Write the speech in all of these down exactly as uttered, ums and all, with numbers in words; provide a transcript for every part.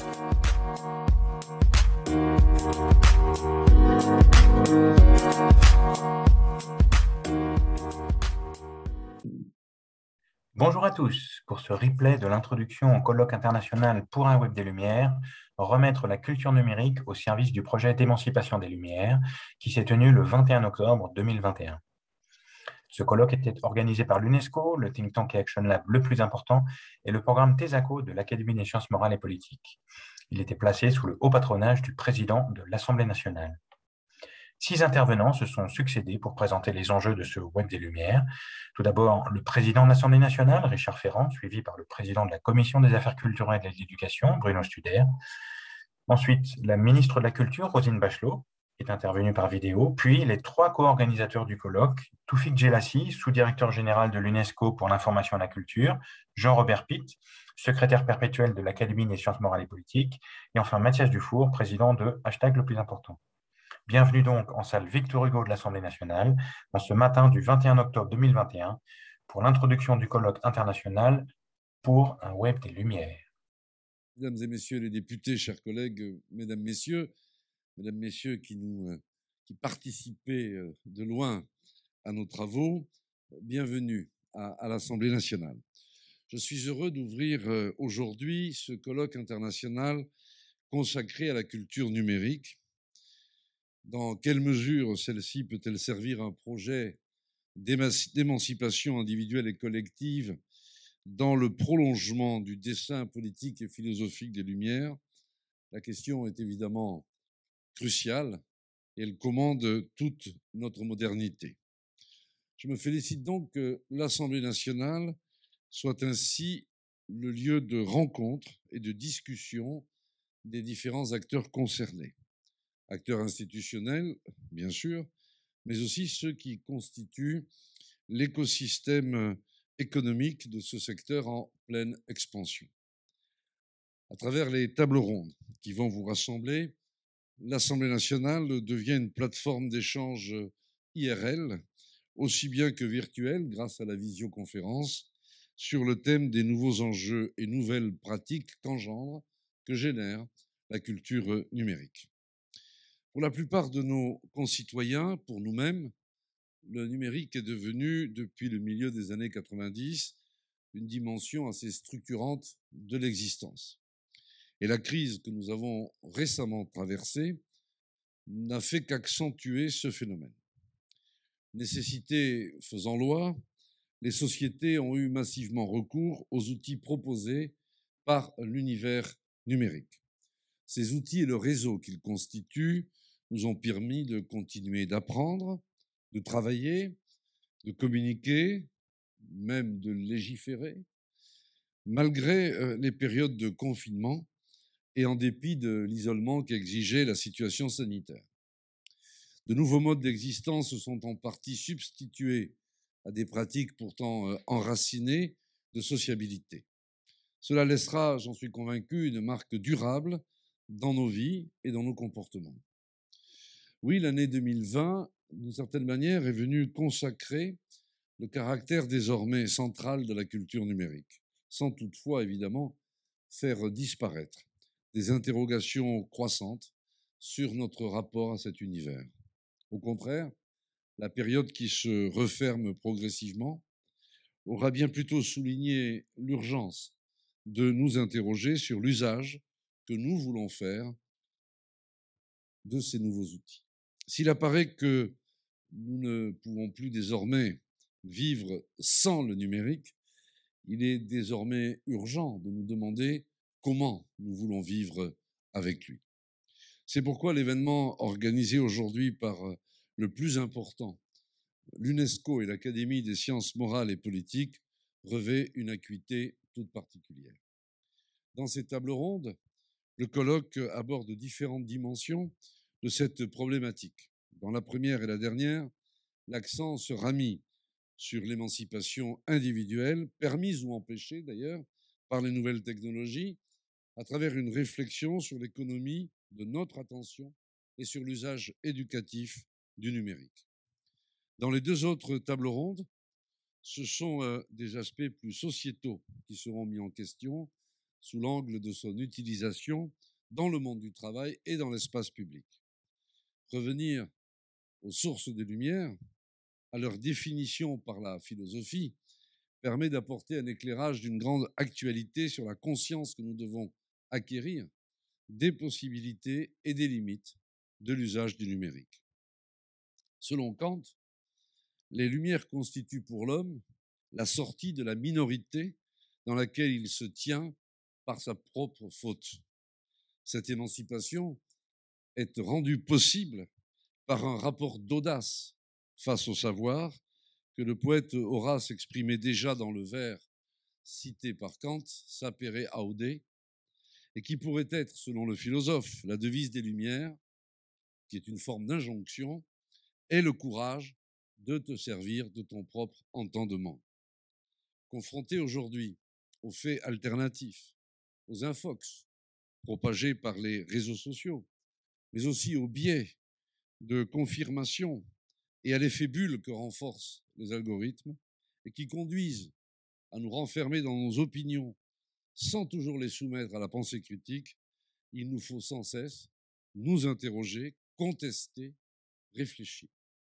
Bonjour à tous. Pour ce replay de l'introduction au colloque international pour un web des Lumières, remettre la culture numérique au service du projet d'émancipation des Lumières qui s'est tenu le vingt et un octobre deux mille vingt et un. Ce colloque était organisé par l'UNESCO, le think tank et Action Lab le plus important, et le programme TESACO de l'Académie des sciences morales et politiques. Il était placé sous le haut patronage du président de l'Assemblée nationale. Six intervenants se sont succédés pour présenter les enjeux de ce Web des Lumières. Tout d'abord, le président de l'Assemblée nationale, Richard Ferrand, suivi par le président de la Commission des affaires culturelles et de l'éducation, Bruno Studer. Ensuite, la ministre de la Culture, Roselyne Bachelot, est intervenue par vidéo. Puis, les trois co-organisateurs du colloque, Toufik Djelassi, sous-directeur général de l'UNESCO pour l'information et la culture, Jean-Robert Pitt, secrétaire perpétuel de l'Académie des sciences morales et politiques, et enfin Mathias Dufour, président de Hashtag le plus important. Bienvenue donc en salle Victor Hugo de l'Assemblée nationale, en ce matin du vingt et un octobre deux mille vingt et un, pour l'introduction du colloque international pour un web des Lumières. Mesdames et messieurs les députés, chers collègues, mesdames, messieurs, mesdames, messieurs qui, nous, qui participaient de loin à nos travaux, bienvenue à, à l'Assemblée nationale. Je suis heureux d'ouvrir aujourd'hui ce colloque international consacré à la culture numérique. Dans quelle mesure celle-ci peut-elle servir un projet d'émancipation individuelle et collective dans le prolongement du dessein politique et philosophique des Lumières? La question est évidemment cruciale et elle commande toute notre modernité. Je me félicite donc que l'Assemblée nationale soit ainsi le lieu de rencontre et de discussion des différents acteurs concernés. Acteurs institutionnels, bien sûr, mais aussi ceux qui constituent l'écosystème économique de ce secteur en pleine expansion. À travers les tables rondes qui vont vous rassembler, l'Assemblée nationale devient une plateforme d'échange I R L, aussi bien que virtuelle grâce à la visioconférence, sur le thème des nouveaux enjeux et nouvelles pratiques qu'engendre, que génère la culture numérique. Pour la plupart de nos concitoyens, pour nous-mêmes, le numérique est devenu, depuis le milieu des années quatre-vingt-dix, une dimension assez structurante de l'existence. Et la crise que nous avons récemment traversée n'a fait qu'accentuer ce phénomène. Nécessité faisant loi, les sociétés ont eu massivement recours aux outils proposés par l'univers numérique. Ces outils et le réseau qu'ils constituent nous ont permis de continuer d'apprendre, de travailler, de communiquer, même de légiférer, malgré les périodes de confinement et en dépit de l'isolement qu'exigeait la situation sanitaire. De nouveaux modes d'existence se sont en partie substitués à des pratiques pourtant enracinées de sociabilité. Cela laissera, j'en suis convaincu, une marque durable dans nos vies et dans nos comportements. Oui, l'année deux mille vingt, d'une certaine manière, est venue consacrer le caractère désormais central de la culture numérique, sans toutefois, évidemment, faire disparaître des interrogations croissantes sur notre rapport à cet univers. Au contraire, la période qui se referme progressivement aura bien plutôt souligné l'urgence de nous interroger sur l'usage que nous voulons faire de ces nouveaux outils. S'il apparaît que nous ne pouvons plus désormais vivre sans le numérique, il est désormais urgent de nous demander comment nous voulons vivre avec lui. C'est pourquoi l'événement organisé aujourd'hui par le plus important, l'UNESCO et l'Académie des sciences morales et politiques, revêt une acuité toute particulière. Dans ces tables rondes, le colloque aborde différentes dimensions de cette problématique. Dans la première et la dernière, l'accent sera mis sur l'émancipation individuelle, permise ou empêchée d'ailleurs par les nouvelles technologies, à travers une réflexion sur l'économie de notre attention et sur l'usage éducatif du numérique. Dans les deux autres tables rondes, ce sont euh, des aspects plus sociétaux qui seront mis en question, sous l'angle de son utilisation dans le monde du travail et dans l'espace public. Revenir aux sources des Lumières, à leur définition par la philosophie, permet d'apporter un éclairage d'une grande actualité sur la conscience que nous devons acquérir des possibilités et des limites de l'usage du numérique. Selon Kant, les Lumières constituent pour l'homme la sortie de la minorité dans laquelle il se tient par sa propre faute. Cette émancipation est rendue possible par un rapport d'audace face au savoir que le poète Horace exprimait déjà dans le vers cité par Kant, Sapere aude, et qui pourrait être, selon le philosophe, la devise des Lumières, qui est une forme d'injonction, est le courage de te servir de ton propre entendement. Confronté aujourd'hui aux faits alternatifs, aux infox propagés par les réseaux sociaux, mais aussi aux biais de confirmation et à l'effet bulle que renforcent les algorithmes et qui conduisent à nous renfermer dans nos opinions sans toujours les soumettre à la pensée critique, il nous faut sans cesse nous interroger, contester, réfléchir.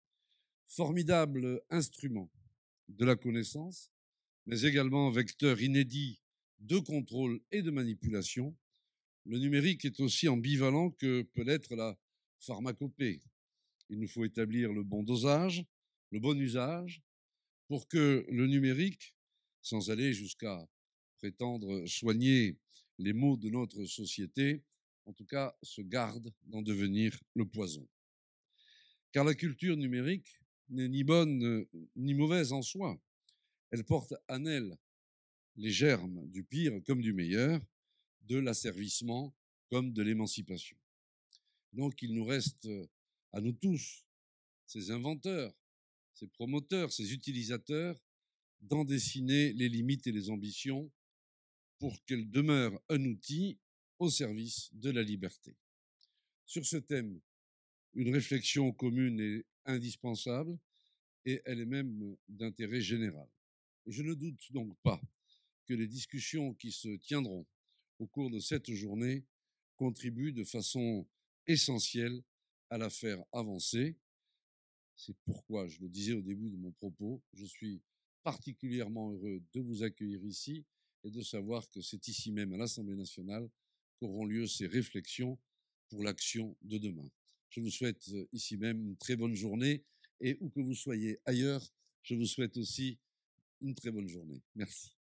Formidable instrument de la connaissance, mais également vecteur inédit de contrôle et de manipulation, le numérique est aussi ambivalent que peut l'être la pharmacopée. Il nous faut établir le bon dosage, le bon usage, pour que le numérique, sans aller jusqu'à prétendre soigner les maux de notre société, en tout cas se garde d'en devenir le poison. Car la culture numérique n'est ni bonne ni mauvaise en soi. Elle porte en elle les germes du pire comme du meilleur, de l'asservissement comme de l'émancipation. Donc il nous reste à nous tous, ces inventeurs, ces promoteurs, ces utilisateurs, d'en dessiner les limites et les ambitions pour qu'elle demeure un outil au service de la liberté. Sur ce thème, une réflexion commune est indispensable et elle est même d'intérêt général. Et je ne doute donc pas que les discussions qui se tiendront au cours de cette journée contribuent de façon essentielle à la faire avancer. C'est pourquoi, je le disais au début de mon propos, je suis particulièrement heureux de vous accueillir ici et de savoir que c'est ici même à l'Assemblée nationale qu'auront lieu ces réflexions pour l'action de demain. Je vous souhaite ici même une très bonne journée et où que vous soyez ailleurs, je vous souhaite aussi une très bonne journée. Merci.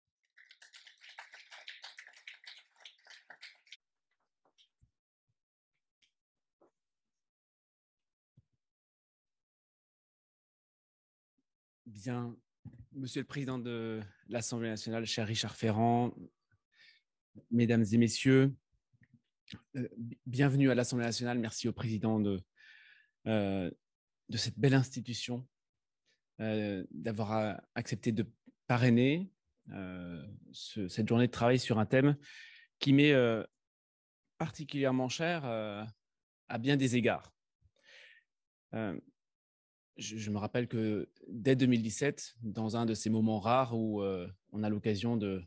Bien, Monsieur le Président de l'Assemblée nationale, cher Richard Ferrand, Mesdames et Messieurs, euh, bienvenue à l'Assemblée nationale. Merci au Président de, euh, de cette belle institution euh, d'avoir accepté de parrainer euh, ce, cette journée de travail sur un thème qui m'est euh, particulièrement cher euh, à bien des égards. Euh, je, je me rappelle que dès deux mille dix-sept, dans un de ces moments rares où euh, on a l'occasion de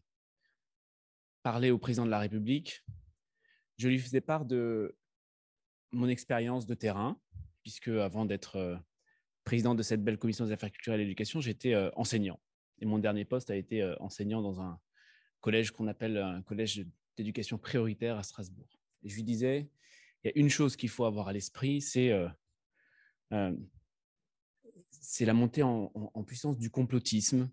parler au président de la République, je lui faisais part de mon expérience de terrain, puisque avant d'être euh, président de cette belle commission des affaires culturelles et de l'éducation, j'étais euh, enseignant. Et mon dernier poste a été euh, enseignant dans un collège qu'on appelle un collège d'éducation prioritaire à Strasbourg. Et je lui disais, il y a une chose qu'il faut avoir à l'esprit, c'est euh, euh, c'est la montée en, en, en puissance du complotisme,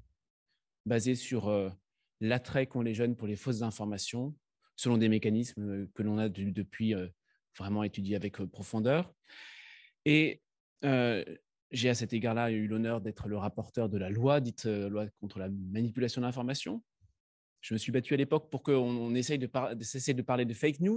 basé sur euh, l'attrait qu'ont les jeunes pour les fausses informations, selon des mécanismes que l'on a de, depuis euh, vraiment étudiés avec euh, profondeur. Et euh, j'ai à cet égard-là eu l'honneur d'être le rapporteur de la loi dite euh, loi contre la manipulation de l'information. Je me suis battu à l'époque pour qu'on on essaye de, par- de cesser de parler de fake news.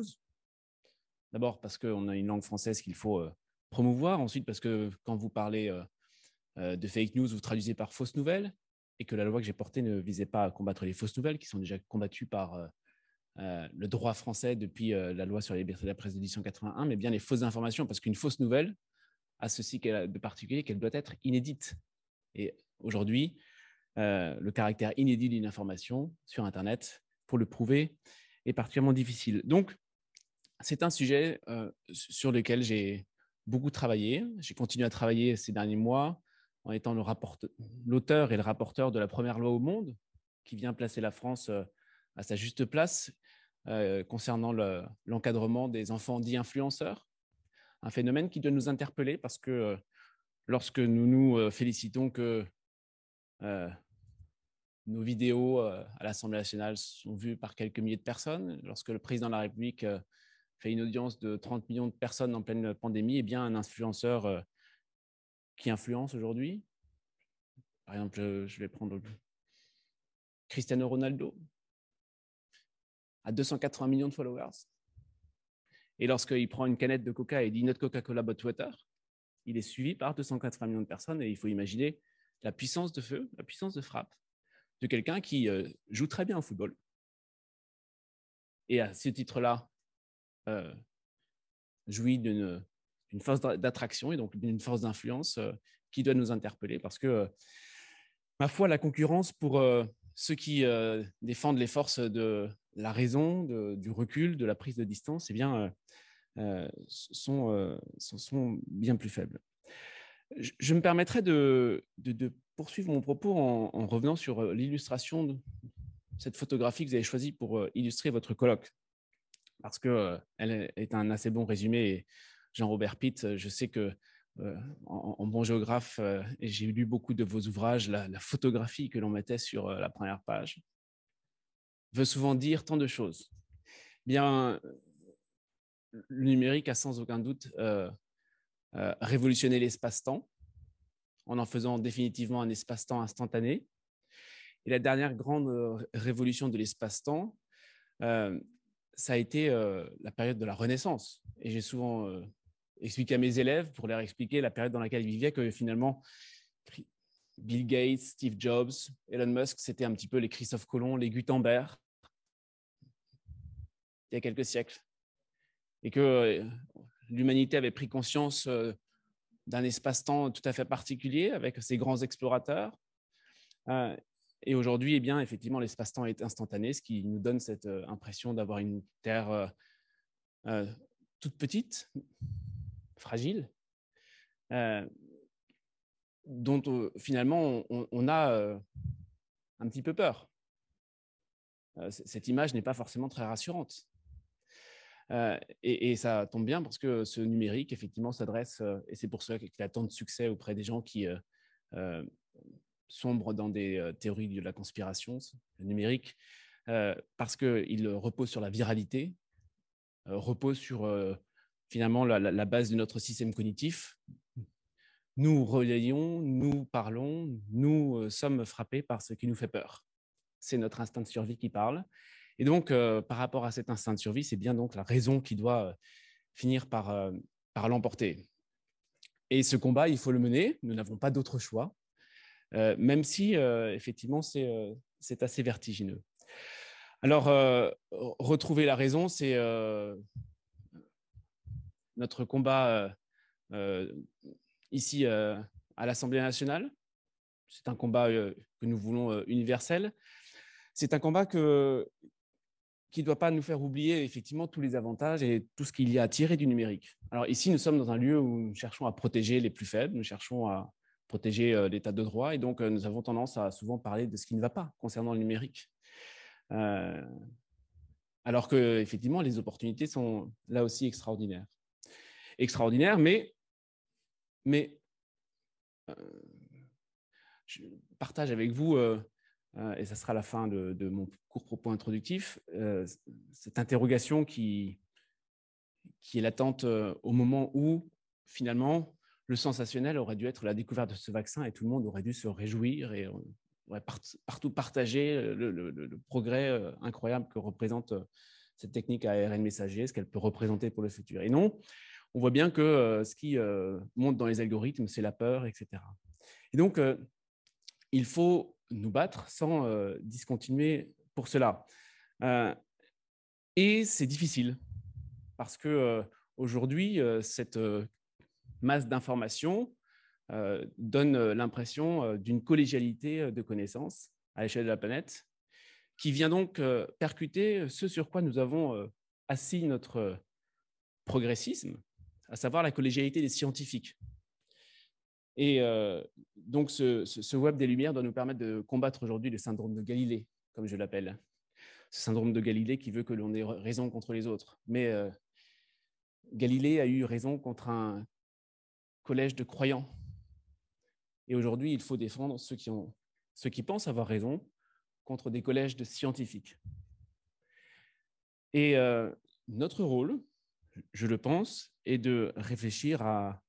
D'abord parce qu'on a une langue française qu'il faut euh, promouvoir. Ensuite parce que quand vous parlez euh, euh, de fake news, vous traduisez par fausses nouvelles et que la loi que j'ai portée ne visait pas à combattre les fausses nouvelles qui sont déjà combattues par euh, euh, le droit français depuis euh, la loi sur la liberté de la presse d'édit cent quatre-vingt-un, mais bien les fausses informations, parce qu'une fausse nouvelle a ceci de particulier qu'elle doit être inédite. Et aujourd'hui, euh, le caractère inédit d'une information sur Internet, pour le prouver, est particulièrement difficile. Donc, c'est un sujet euh, sur lequel j'ai beaucoup travaillé. J'ai continué à travailler ces derniers mois en étant l'auteur et le rapporteur de la première loi au monde qui vient placer la France euh, à sa juste place euh, concernant le, l'encadrement des enfants dits influenceurs. Un phénomène qui doit nous interpeller parce que euh, lorsque nous nous euh, félicitons que euh, nos vidéos euh, à l'Assemblée nationale sont vues par quelques milliers de personnes, lorsque le président de la République euh, fait une audience de trente millions de personnes en pleine pandémie, eh bien, un influenceur euh, qui influence aujourd'hui, par exemple, je, je vais prendre Cristiano Ronaldo, à deux cent quatre-vingts millions de followers. Et lorsqu'il prend une canette de Coca et dit Not Coca-Cola but water, il est suivi par deux cent quatre-vingts millions de personnes et il faut imaginer la puissance de feu, la puissance de frappe de quelqu'un qui euh, joue très bien au football. Et à ce titre-là, euh, jouit d'une une force d'attraction et donc d'une force d'influence euh, qui doit nous interpeller parce que, euh, ma foi, la concurrence pour euh, ceux qui euh, défendent les forces de la raison, de, du recul, de la prise de distance, eh bien, euh, euh, sont, euh, sont, sont bien plus faibles. Je, je me permettrai de, de, de poursuivre mon propos en, en revenant sur l'illustration de cette photographie que vous avez choisie pour illustrer votre colloque, parce qu'elle euh, est un assez bon résumé. Et Jean-Robert Pitt, je sais que euh, en, en bon géographe, euh, et j'ai lu beaucoup de vos ouvrages, la, la photographie que l'on mettait sur euh, la première page veut souvent dire tant de choses. Bien, le numérique a sans aucun doute euh, euh, révolutionné l'espace-temps en en faisant définitivement un espace-temps instantané. Et la dernière grande euh, révolution de l'espace-temps, euh, ça a été euh, la période de la Renaissance. Et j'ai souvent euh, expliqué à mes élèves, pour leur expliquer la période dans laquelle ils vivaient, que finalement, Bill Gates, Steve Jobs, Elon Musk, c'était un petit peu les Christophe Colomb, les Gutenberg, il y a quelques siècles. Et que euh, l'humanité avait pris conscience euh, d'un espace-temps tout à fait particulier avec ces grands explorateurs. Euh, et aujourd'hui, eh bien, effectivement, l'espace-temps est instantané, ce qui nous donne cette euh, impression d'avoir une Terre euh, euh, toute petite, fragile, euh, dont euh, finalement on, on a euh, un petit peu peur. Euh, cette image n'est pas forcément très rassurante. Euh, et, et ça tombe bien parce que ce numérique, effectivement, s'adresse, euh, et c'est pour cela qu'il a tant de succès auprès des gens qui euh, euh, sombrent dans des euh, théories de la conspiration, le numérique, euh, parce qu'il repose sur la viralité, euh, repose sur euh, finalement la, la, la base de notre système cognitif. Nous relayons, nous parlons, nous euh, sommes frappés par ce qui nous fait peur. C'est notre instinct de survie qui parle. Et donc, euh, par rapport à cet instinct de survie, c'est bien donc la raison qui doit euh, finir par, euh, par l'emporter. Et ce combat, il faut le mener. Nous n'avons pas d'autre choix, euh, même si, euh, effectivement, c'est euh, c'est assez vertigineux. Alors, euh, retrouver la raison, c'est euh, notre combat euh, euh, ici euh, à l'Assemblée nationale. C'est un combat euh, que nous voulons euh, universel. C'est un combat que, qui ne doit pas nous faire oublier effectivement tous les avantages et tout ce qu'il y a à tirer du numérique. Alors ici, nous sommes dans un lieu où nous cherchons à protéger les plus faibles, nous cherchons à protéger euh, l'état de droit, et donc euh, nous avons tendance à souvent parler de ce qui ne va pas concernant le numérique. Euh, alors que effectivement, les opportunités sont là aussi extraordinaires. Extraordinaires, mais, mais euh, je partage avec vous, euh, euh, et ça sera la fin de, de mon court propos introductif, euh, cette interrogation qui, qui est latente euh, au moment où, finalement, le sensationnel aurait dû être la découverte de ce vaccin et tout le monde aurait dû se réjouir et on aurait part, partout partagé le, le, le progrès euh, incroyable que représente euh, cette technique à A R N messager, ce qu'elle peut représenter pour le futur. Et non, on voit bien que euh, ce qui euh, monte dans les algorithmes, c'est la peur, et cetera. Et donc, euh, il faut nous battre sans euh, discontinuer pour cela. Euh, et c'est difficile parce que euh, aujourd'hui, euh, cette euh, masse d'informations euh, donne l'impression euh, d'une collégialité de connaissances à l'échelle de la planète qui vient donc euh, percuter ce sur quoi nous avons euh, assis notre progressisme, à savoir la collégialité des scientifiques. Et euh, donc, ce, ce, ce web des Lumières doit nous permettre de combattre aujourd'hui le syndrome de Galilée, comme je l'appelle. Ce syndrome de Galilée qui veut que l'on ait raison contre les autres. Mais euh, Galilée a eu raison contre un collège de croyants. Et aujourd'hui, il faut défendre ceux qui, ont, ceux qui pensent avoir raison contre des collèges de scientifiques. Et euh, notre rôle, je le pense, est de réfléchir à,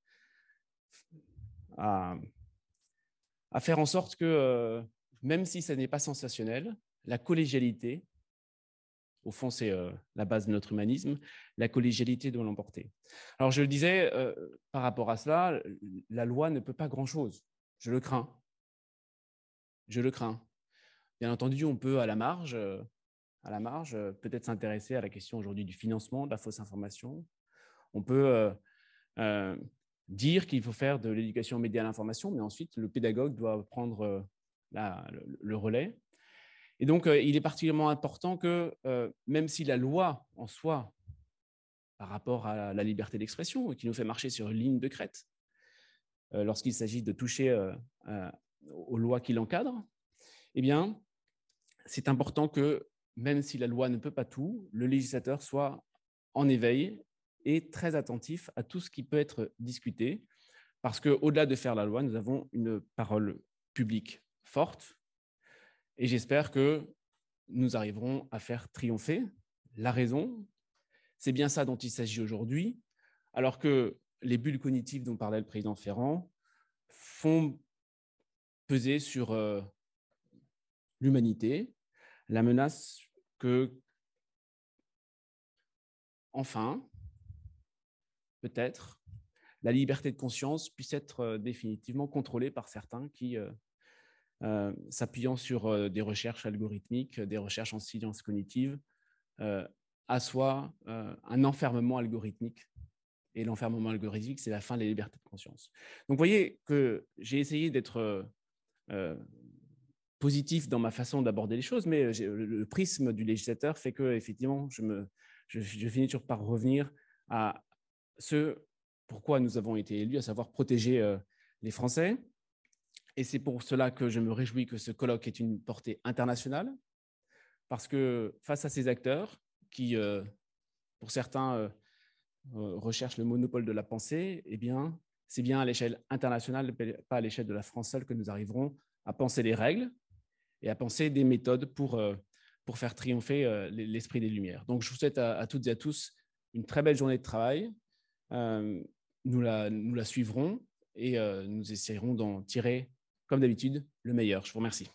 à, à faire en sorte que, euh, même si ça n'est pas sensationnel, la collégialité, au fond, c'est euh, la base de notre humanisme, la collégialité doit l'emporter. Alors, je le disais, euh, par rapport à cela, la loi ne peut pas grand-chose. Je le crains. Je le crains. Bien entendu, on peut, à la marge, euh, à la marge, euh, peut-être s'intéresser à la question aujourd'hui du financement, de la fausse information. On peut euh, euh, dire qu'il faut faire de l'éducation aux médias à l'information, mais ensuite, le pédagogue doit prendre euh, la, le, le relais. Et donc, euh, il est particulièrement important que, euh, même si la loi en soi, par rapport à la liberté d'expression, qui nous fait marcher sur une ligne de crête, euh, lorsqu'il s'agit de toucher euh, euh, aux lois qui l'encadrent, eh bien, c'est important que, même si la loi ne peut pas tout, le législateur soit en éveil et très attentif à tout ce qui peut être discuté, parce qu'au-delà de faire la loi, nous avons une parole publique forte, et j'espère que nous arriverons à faire triompher la raison. C'est bien ça dont il s'agit aujourd'hui, alors que les bulles cognitives dont parlait le président Ferrand font peser sur euh, l'humanité la menace que, enfin, peut-être, la liberté de conscience puisse être euh, définitivement contrôlée par certains qui, euh, euh, s'appuyant sur euh, des recherches algorithmiques, des recherches en sciences cognitives, euh, assoient euh, un enfermement algorithmique. Et l'enfermement algorithmique, c'est la fin de la liberté de conscience. Donc, vous voyez que j'ai essayé d'être euh, positif dans ma façon d'aborder les choses, mais le prisme du législateur fait que, effectivement, je, me, je, je finis toujours par revenir à ce pourquoi nous avons été élus, à savoir protéger euh, les Français. Et c'est pour cela que je me réjouis que ce colloque ait une portée internationale, parce que face à ces acteurs qui, euh, pour certains, euh, euh, recherchent le monopole de la pensée, eh bien, c'est bien à l'échelle internationale, pas à l'échelle de la France seule, que nous arriverons à penser les règles et à penser des méthodes pour, euh, pour faire triompher euh, l'esprit des Lumières. Donc, je vous souhaite à, à toutes et à tous une très belle journée de travail. Euh, nous, la, nous la suivrons et euh, nous essaierons d'en tirer, comme d'habitude, le meilleur. Je vous remercie.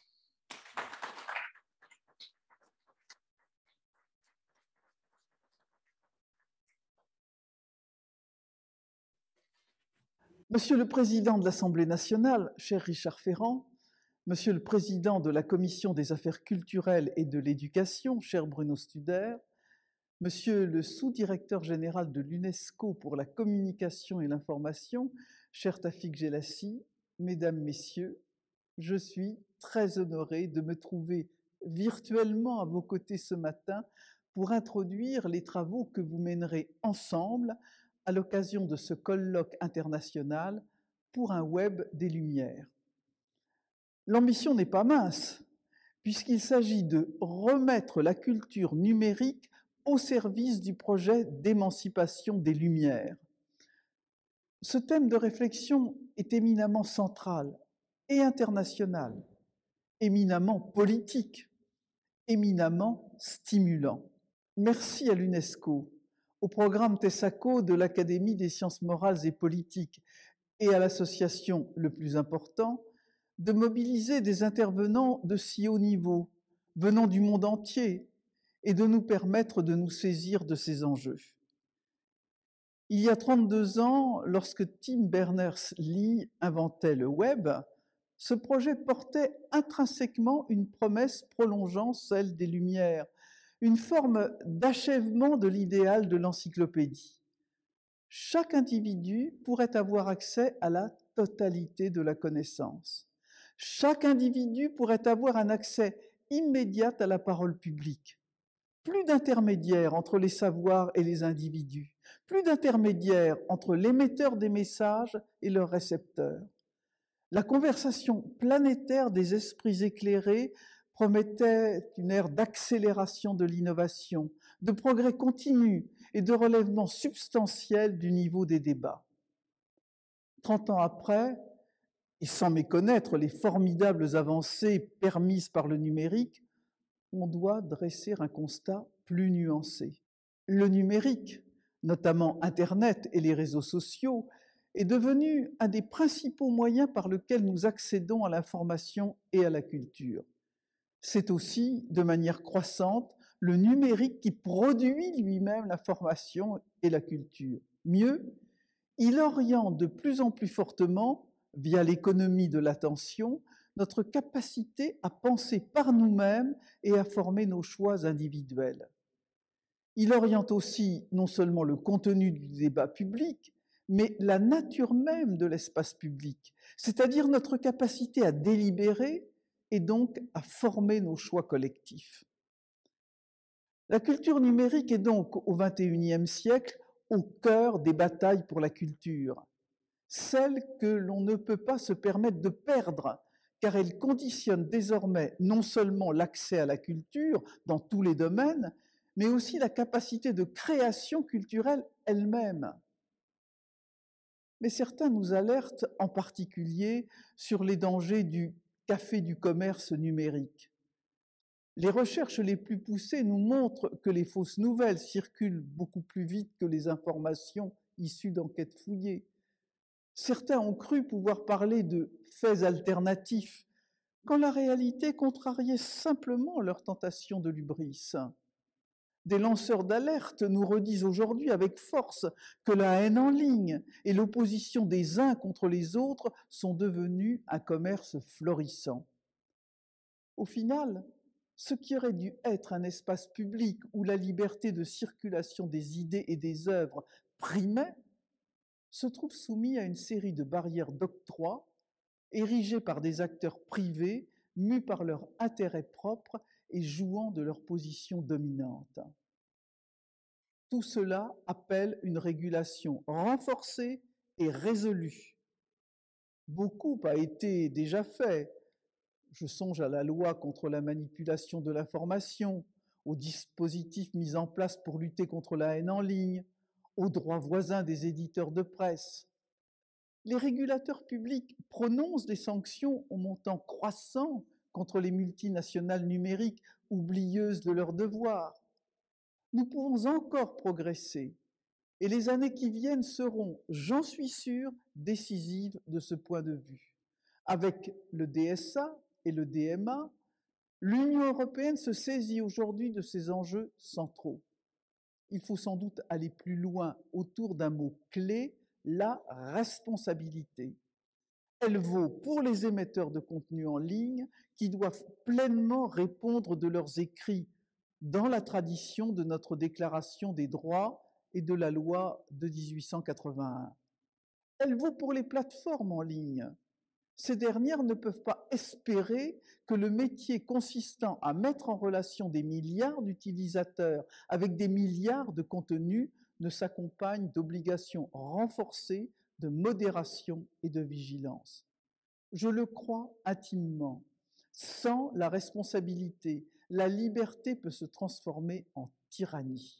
Monsieur le Président de l'Assemblée nationale, cher Richard Ferrand, Monsieur le Président de la Commission des affaires culturelles et de l'éducation, cher Bruno Studer, Monsieur le sous-directeur général de l'UNESCO pour la communication et l'information, cher Tafik Jelassi, Mesdames, Messieurs, je suis très honoré de me trouver virtuellement à vos côtés ce matin pour introduire les travaux que vous mènerez ensemble à l'occasion de ce colloque international pour un web des Lumières. L'ambition n'est pas mince, puisqu'il s'agit de remettre la culture numérique au service du projet d'émancipation des Lumières. Ce thème de réflexion est éminemment central et international, éminemment politique, éminemment stimulant. Merci à l'UNESCO, au programme TESACO de l'Académie des sciences morales et politiques et à l'association le plus important, de mobiliser des intervenants de si haut niveau, venant du monde entier, et de nous permettre de nous saisir de ces enjeux. Il y a trente-deux ans, lorsque Tim Berners-Lee inventait le web, ce projet portait intrinsèquement une promesse prolongeant celle des Lumières, une forme d'achèvement de l'idéal de l'encyclopédie. Chaque individu pourrait avoir accès à la totalité de la connaissance. Chaque individu pourrait avoir un accès immédiate à la parole publique. Plus d'intermédiaires entre les savoirs et les individus, plus d'intermédiaires entre l'émetteur des messages et leur récepteur. La conversation planétaire des esprits éclairés promettait une ère d'accélération de l'innovation, de progrès continu et de relèvement substantiel du niveau des débats. Trente ans après, et sans méconnaître les formidables avancées permises par le numérique, on doit dresser un constat plus nuancé. Le numérique, notamment Internet et les réseaux sociaux, est devenu un des principaux moyens par lesquels nous accédons à l'information et à la culture. C'est aussi, de manière croissante, le numérique qui produit lui-même l'information et la culture. Mieux, il oriente de plus en plus fortement, via l'économie de l'attention, notre capacité à penser par nous-mêmes et à former nos choix individuels. Il oriente aussi non seulement le contenu du débat public, mais la nature même de l'espace public, c'est-à-dire notre capacité à délibérer et donc à former nos choix collectifs. La culture numérique est donc au vingt et unième siècle au cœur des batailles pour la culture, celle que l'on ne peut pas se permettre de perdre, car elle conditionne désormais non seulement l'accès à la culture dans tous les domaines, mais aussi la capacité de création culturelle elle-même. Mais certains nous alertent en particulier sur les dangers du café du commerce numérique. Les recherches les plus poussées nous montrent que les fausses nouvelles circulent beaucoup plus vite que les informations issues d'enquêtes fouillées. Certains ont cru pouvoir parler de faits alternatifs, quand la réalité contrariait simplement leur tentation de l'hubris. Des lanceurs d'alerte nous redisent aujourd'hui avec force que la haine en ligne et l'opposition des uns contre les autres sont devenus un commerce florissant. Au final, ce qui aurait dû être un espace public où la liberté de circulation des idées et des œuvres primait, se trouve soumis à une série de barrières d'octroi érigées par des acteurs privés mus par leur intérêt propre et jouant de leur position dominante. Tout cela appelle une régulation renforcée et résolue. Beaucoup a été déjà fait. Je songe à la loi contre la manipulation de l'information, aux dispositifs mis en place pour lutter contre la haine en ligne, aux droits voisins des éditeurs de presse. Les régulateurs publics prononcent des sanctions au montant croissant contre les multinationales numériques oublieuses de leurs devoirs. Nous pouvons encore progresser et les années qui viennent seront, j'en suis sûr, décisives de ce point de vue. Avec le D S A et le D M A, l'Union européenne se saisit aujourd'hui de ces enjeux centraux. Il faut sans doute aller plus loin autour d'un mot clé, la responsabilité. Elle vaut pour les émetteurs de contenu en ligne qui doivent pleinement répondre de leurs écrits dans la tradition de notre Déclaration des droits et de la loi de dix-huit cent quatre-vingt-un. Elle vaut pour les plateformes en ligne. Ces dernières ne peuvent pas espérer que le métier consistant à mettre en relation des milliards d'utilisateurs avec des milliards de contenus ne s'accompagne d'obligations renforcées de modération et de vigilance. Je le crois intimement. Sans la responsabilité, la liberté peut se transformer en tyrannie.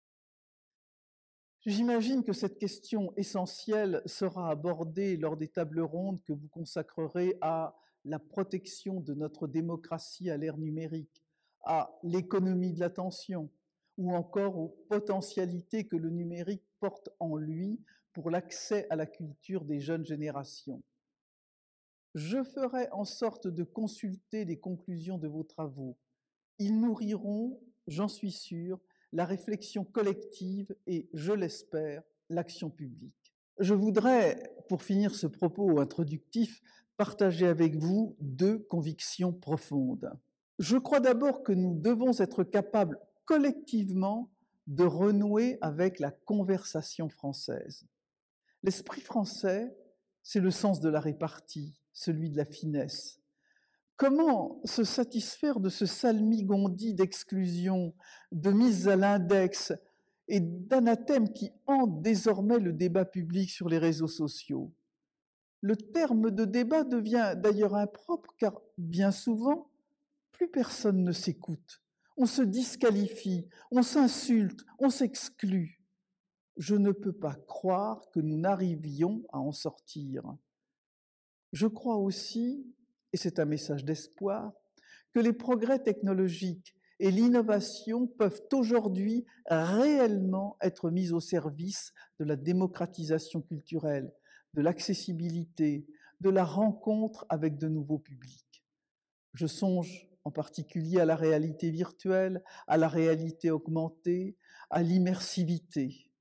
J'imagine que cette question essentielle sera abordée lors des tables rondes que vous consacrerez à la protection de notre démocratie à l'ère numérique, à l'économie de l'attention, ou encore aux potentialités que le numérique porte en lui pour l'accès à la culture des jeunes générations. Je ferai en sorte de consulter les conclusions de vos travaux. Ils nourriront, j'en suis sûr, la réflexion collective et, je l'espère, l'action publique. Je voudrais, pour finir ce propos introductif, partager avec vous deux convictions profondes. Je crois d'abord que nous devons être capables collectivement de renouer avec la conversation française. L'esprit français, c'est le sens de la répartie, celui de la finesse. Comment se satisfaire de ce salmigondis d'exclusion, de mise à l'index et d'anathèmes qui hantent désormais le débat public sur les réseaux sociaux? Le terme de débat devient d'ailleurs impropre car bien souvent, plus personne ne s'écoute. On se disqualifie, on s'insulte, on s'exclut. Je ne peux pas croire que nous n'arrivions à en sortir. Je crois aussi, et c'est un message d'espoir, que les progrès technologiques et l'innovation peuvent aujourd'hui réellement être mis au service de la démocratisation culturelle, de l'accessibilité, de la rencontre avec de nouveaux publics. Je songe en particulier à la réalité virtuelle, à la réalité augmentée, à l'immersivité.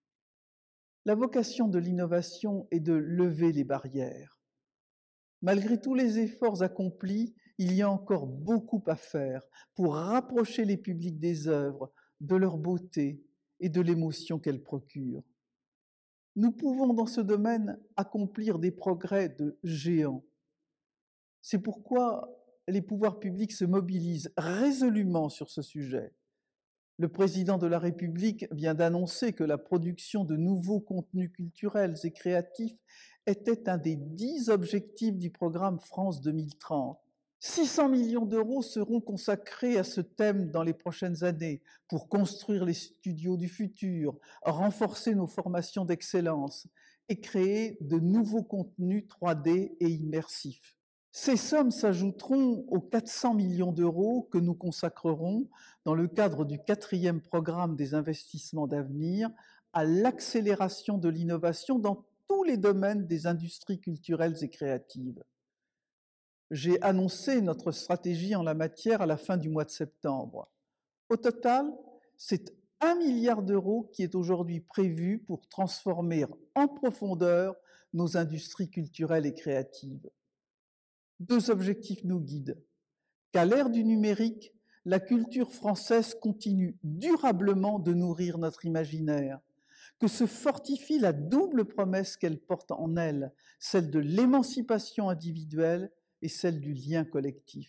La vocation de l'innovation est de lever les barrières. Malgré tous les efforts accomplis, il y a encore beaucoup à faire pour rapprocher les publics des œuvres, de leur beauté et de l'émotion qu'elles procurent. Nous pouvons dans ce domaine accomplir des progrès de géants. C'est pourquoi les pouvoirs publics se mobilisent résolument sur ce sujet. Le président de la République vient d'annoncer que la production de nouveaux contenus culturels et créatifs était un des dix objectifs du programme France deux mille trente. six cents millions d'euros seront consacrés à ce thème dans les prochaines années pour construire les studios du futur, renforcer nos formations d'excellence et créer de nouveaux contenus trois D et immersifs. Ces sommes s'ajouteront aux quatre cents millions d'euros que nous consacrerons dans le cadre du quatrième programme des investissements d'avenir à l'accélération de l'innovation dans tous les domaines des industries culturelles et créatives. J'ai annoncé notre stratégie en la matière à la fin du mois de septembre. Au total, c'est un milliard d'euros qui est aujourd'hui prévu pour transformer en profondeur nos industries culturelles et créatives. Deux objectifs nous guident. Qu'à l'ère du numérique, la culture française continue durablement de nourrir notre imaginaire, que se fortifie la double promesse qu'elle porte en elle, celle de l'émancipation individuelle et celle du lien collectif.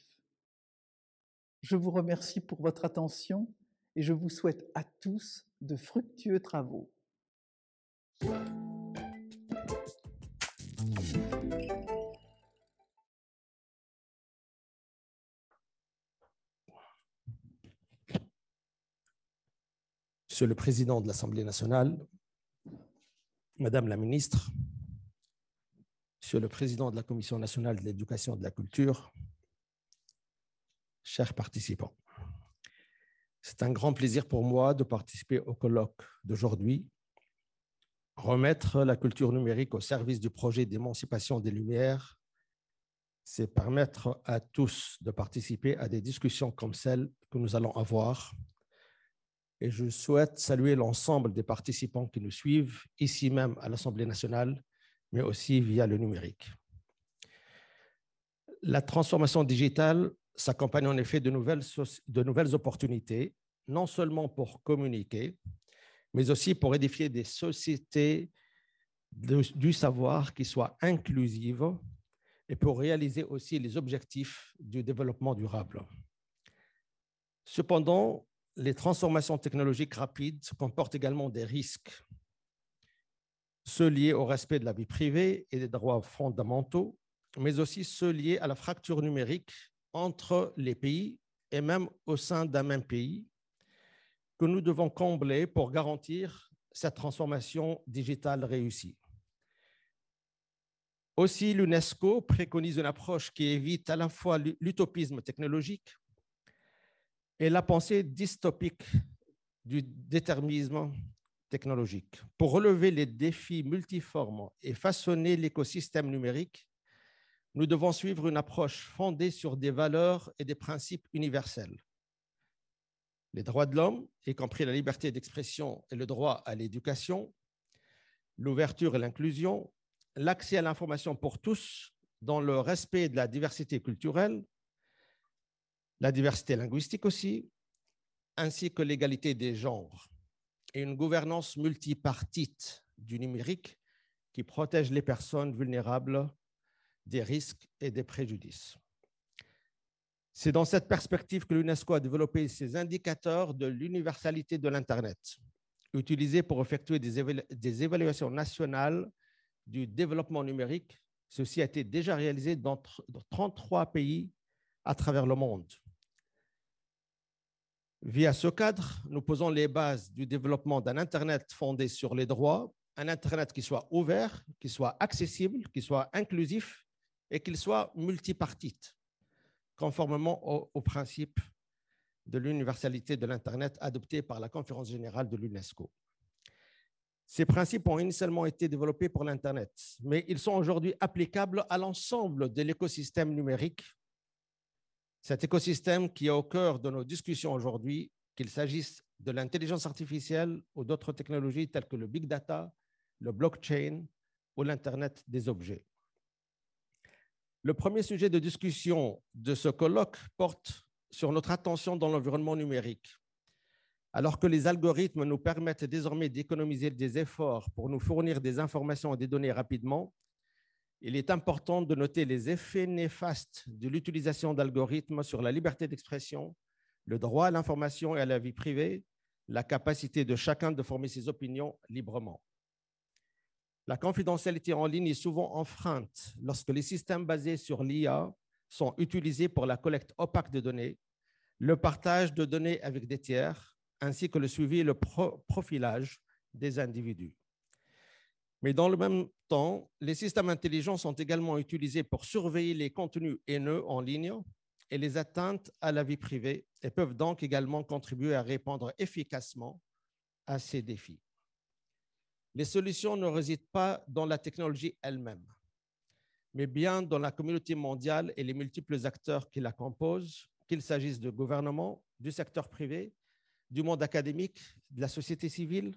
Je vous remercie pour votre attention et je vous souhaite à tous de fructueux travaux. Monsieur le Président de l'Assemblée nationale, Madame la Ministre, Monsieur le Président de la Commission nationale de l'éducation et de la culture, chers participants, c'est un grand plaisir pour moi de participer au colloque d'aujourd'hui. Remettre la culture numérique au service du projet d'émancipation des Lumières, c'est permettre à tous de participer à des discussions comme celles que nous allons avoir. Et je souhaite saluer l'ensemble des participants qui nous suivent, ici même à l'Assemblée nationale, mais aussi via le numérique. La transformation digitale s'accompagne en effet de nouvelles, de nouvelles opportunités, non seulement pour communiquer, mais aussi pour édifier des sociétés de, du savoir qui soient inclusives et pour réaliser aussi les objectifs du développement durable. Cependant, les transformations technologiques rapides comportent également des risques, ceux liés au respect de la vie privée et des droits fondamentaux, mais aussi ceux liés à la fracture numérique entre les pays et même au sein d'un même pays que nous devons combler pour garantir cette transformation digitale réussie. Aussi, l'UNESCO préconise une approche qui évite à la fois l'utopisme technologique et la pensée dystopique du déterminisme technologique. Pour relever les défis multiformes et façonner l'écosystème numérique, nous devons suivre une approche fondée sur des valeurs et des principes universels. Les droits de l'homme, y compris la liberté d'expression et le droit à l'éducation, l'ouverture et l'inclusion, l'accès à l'information pour tous dans le respect de la diversité culturelle, la diversité linguistique aussi, ainsi que l'égalité des genres et une gouvernance multipartite du numérique qui protège les personnes vulnérables des risques et des préjudices. C'est dans cette perspective que l'UNESCO a développé ses indicateurs de l'universalité de l'Internet, utilisés pour effectuer des, évalu des évaluations nationales du développement numérique. Ceci a été déjà réalisé dans trente-trois pays à travers le monde. Via ce cadre, nous posons les bases du développement d'un Internet fondé sur les droits, un Internet qui soit ouvert, qui soit accessible, qui soit inclusif et qu'il soit multipartite, conformément au, au principe de l'universalité de l'Internet adopté par la Conférence générale de l'UNESCO. Ces principes ont initialement été développés pour l'Internet, mais ils sont aujourd'hui applicables à l'ensemble de l'écosystème numérique. Cet écosystème qui est au cœur de nos discussions aujourd'hui, qu'il s'agisse de l'intelligence artificielle ou d'autres technologies telles que le big data, le blockchain ou l'Internet des objets. Le premier sujet de discussion de ce colloque porte sur notre attention dans l'environnement numérique. Alors que les algorithmes nous permettent désormais d'économiser des efforts pour nous fournir des informations et des données rapidement, il est important de noter les effets néfastes de l'utilisation d'algorithmes sur la liberté d'expression, le droit à l'information et à la vie privée, la capacité de chacun de former ses opinions librement. La confidentialité en ligne est souvent enfreinte lorsque les systèmes basés sur l'I A sont utilisés pour la collecte opaque de données, le partage de données avec des tiers, ainsi que le suivi et le pro profilage des individus. Mais dans le même temps, les systèmes intelligents sont également utilisés pour surveiller les contenus haineux en ligne et les atteintes à la vie privée et peuvent donc également contribuer à répondre efficacement à ces défis. Les solutions ne résident pas dans la technologie elle-même, mais bien dans la communauté mondiale et les multiples acteurs qui la composent, qu'il s'agisse de gouvernements, du secteur privé, du monde académique, de la société civile,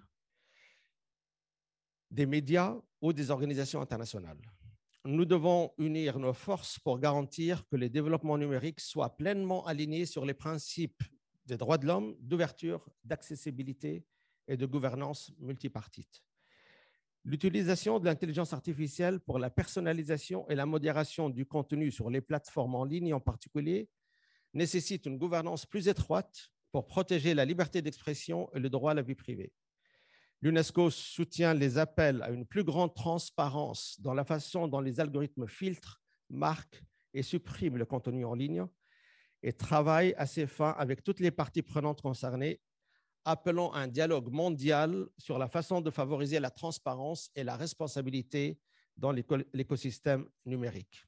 des médias ou des organisations internationales. Nous devons unir nos forces pour garantir que les développements numériques soient pleinement alignés sur les principes des droits de l'homme, d'ouverture, d'accessibilité et de gouvernance multipartite. L'utilisation de l'intelligence artificielle pour la personnalisation et la modération du contenu sur les plateformes en ligne en particulier nécessite une gouvernance plus étroite pour protéger la liberté d'expression et le droit à la vie privée. L'UNESCO soutient les appels à une plus grande transparence dans la façon dont les algorithmes filtrent, marquent et suppriment le contenu en ligne et travaille à ces fins avec toutes les parties prenantes concernées, appelant à un dialogue mondial sur la façon de favoriser la transparence et la responsabilité dans l'écosystème numérique.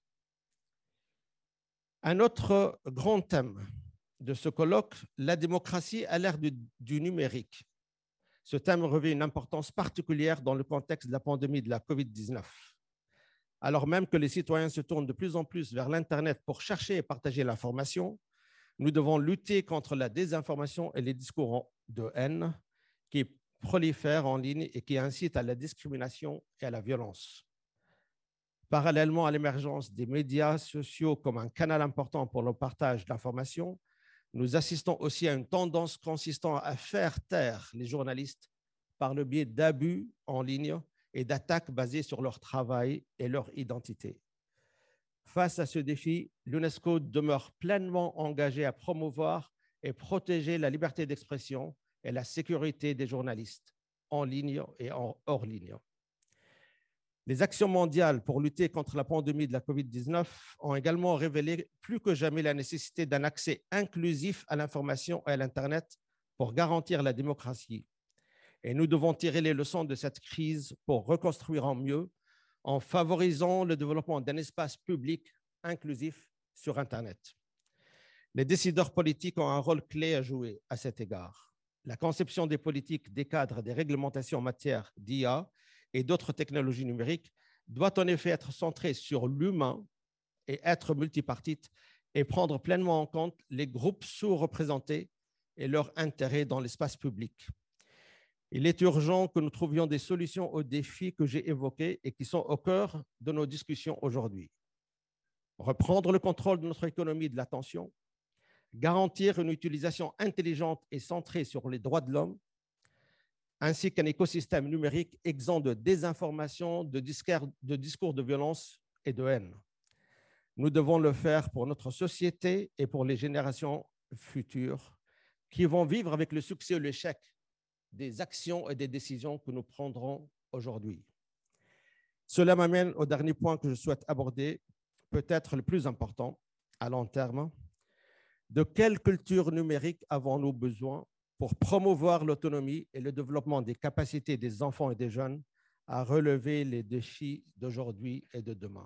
Un autre grand thème de ce colloque, la démocratie à l'ère du, du numérique. Ce thème revêt une importance particulière dans le contexte de la pandémie de la COVID dix-neuf. Alors même que les citoyens se tournent de plus en plus vers l'Internet pour chercher et partager l'information, nous devons lutter contre la désinformation et les discours de haine qui prolifèrent en ligne et qui incitent à la discrimination et à la violence. Parallèlement à l'émergence des médias sociaux comme un canal important pour le partage d'informations, nous assistons aussi à une tendance consistant à faire taire les journalistes par le biais d'abus en ligne et d'attaques basées sur leur travail et leur identité. Face à ce défi, l'UNESCO demeure pleinement engagée à promouvoir et protéger la liberté d'expression et la sécurité des journalistes en ligne et en hors ligne. Les actions mondiales pour lutter contre la pandémie de la COVID dix-neuf ont également révélé plus que jamais la nécessité d'un accès inclusif à l'information et à l'Internet pour garantir la démocratie. Et nous devons tirer les leçons de cette crise pour reconstruire en mieux en favorisant le développement d'un espace public inclusif sur Internet. Les décideurs politiques ont un rôle clé à jouer à cet égard. La conception des politiques, des cadres, des réglementations en matière d'I A et d'autres technologies numériques doit en effet être centrée sur l'humain et être multipartite et prendre pleinement en compte les groupes sous-représentés et leurs intérêts dans l'espace public. Il est urgent que nous trouvions des solutions aux défis que j'ai évoqués et qui sont au cœur de nos discussions aujourd'hui. Reprendre le contrôle de notre économie de l'attention, garantir une utilisation intelligente et centrée sur les droits de l'homme, ainsi qu'un écosystème numérique exempt de désinformation, de discours de violence et de haine. Nous devons le faire pour notre société et pour les générations futures qui vont vivre avec le succès ou l'échec des actions et des décisions que nous prendrons aujourd'hui. Cela m'amène au dernier point que je souhaite aborder, peut-être le plus important à long terme. De quelle culture numérique avons-nous besoin pour promouvoir l'autonomie et le développement des capacités des enfants et des jeunes à relever les défis d'aujourd'hui et de demain?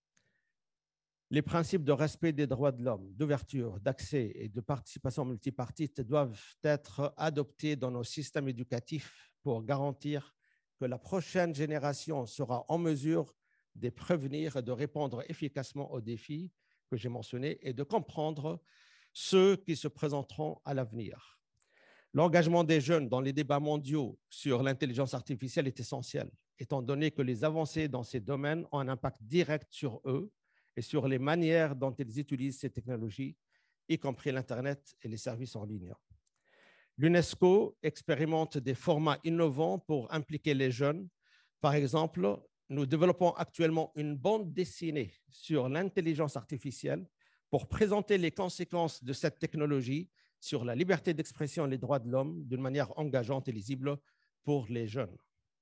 Les principes de respect des droits de l'homme, d'ouverture, d'accès et de participation multipartite doivent être adoptés dans nos systèmes éducatifs pour garantir que la prochaine génération sera en mesure de prévenir et de répondre efficacement aux défis que j'ai mentionnés et de comprendre ceux qui se présenteront à l'avenir. L'engagement des jeunes dans les débats mondiaux sur l'intelligence artificielle est essentiel, étant donné que les avancées dans ces domaines ont un impact direct sur eux et sur les manières dont ils utilisent ces technologies, y compris l'Internet et les services en ligne. L'UNESCO expérimente des formats innovants pour impliquer les jeunes. Par exemple, nous développons actuellement une bande dessinée sur l'intelligence artificielle pour présenter les conséquences de cette technologie sur la liberté d'expression et les droits de l'homme d'une manière engageante et lisible pour les jeunes.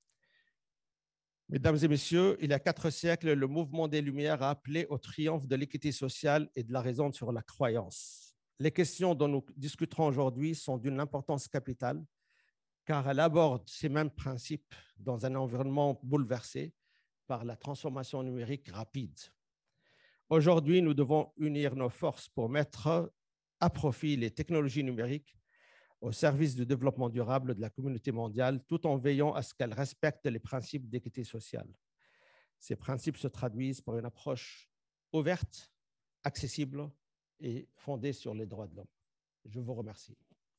Mesdames et messieurs, il y a quatre siècles, le mouvement des Lumières a appelé au triomphe de l'équité sociale et de la raison sur la croyance. Les questions dont nous discuterons aujourd'hui sont d'une importance capitale car elles abordent ces mêmes principes dans un environnement bouleversé par la transformation numérique rapide. Aujourd'hui, nous devons unir nos forces pour mettre à profit les technologies numériques au service du développement durable de la communauté mondiale, tout en veillant à ce qu'elles respectent les principes d'équité sociale. Ces principes se traduisent par une approche ouverte, accessible et fondée sur les droits de l'homme. Je vous remercie.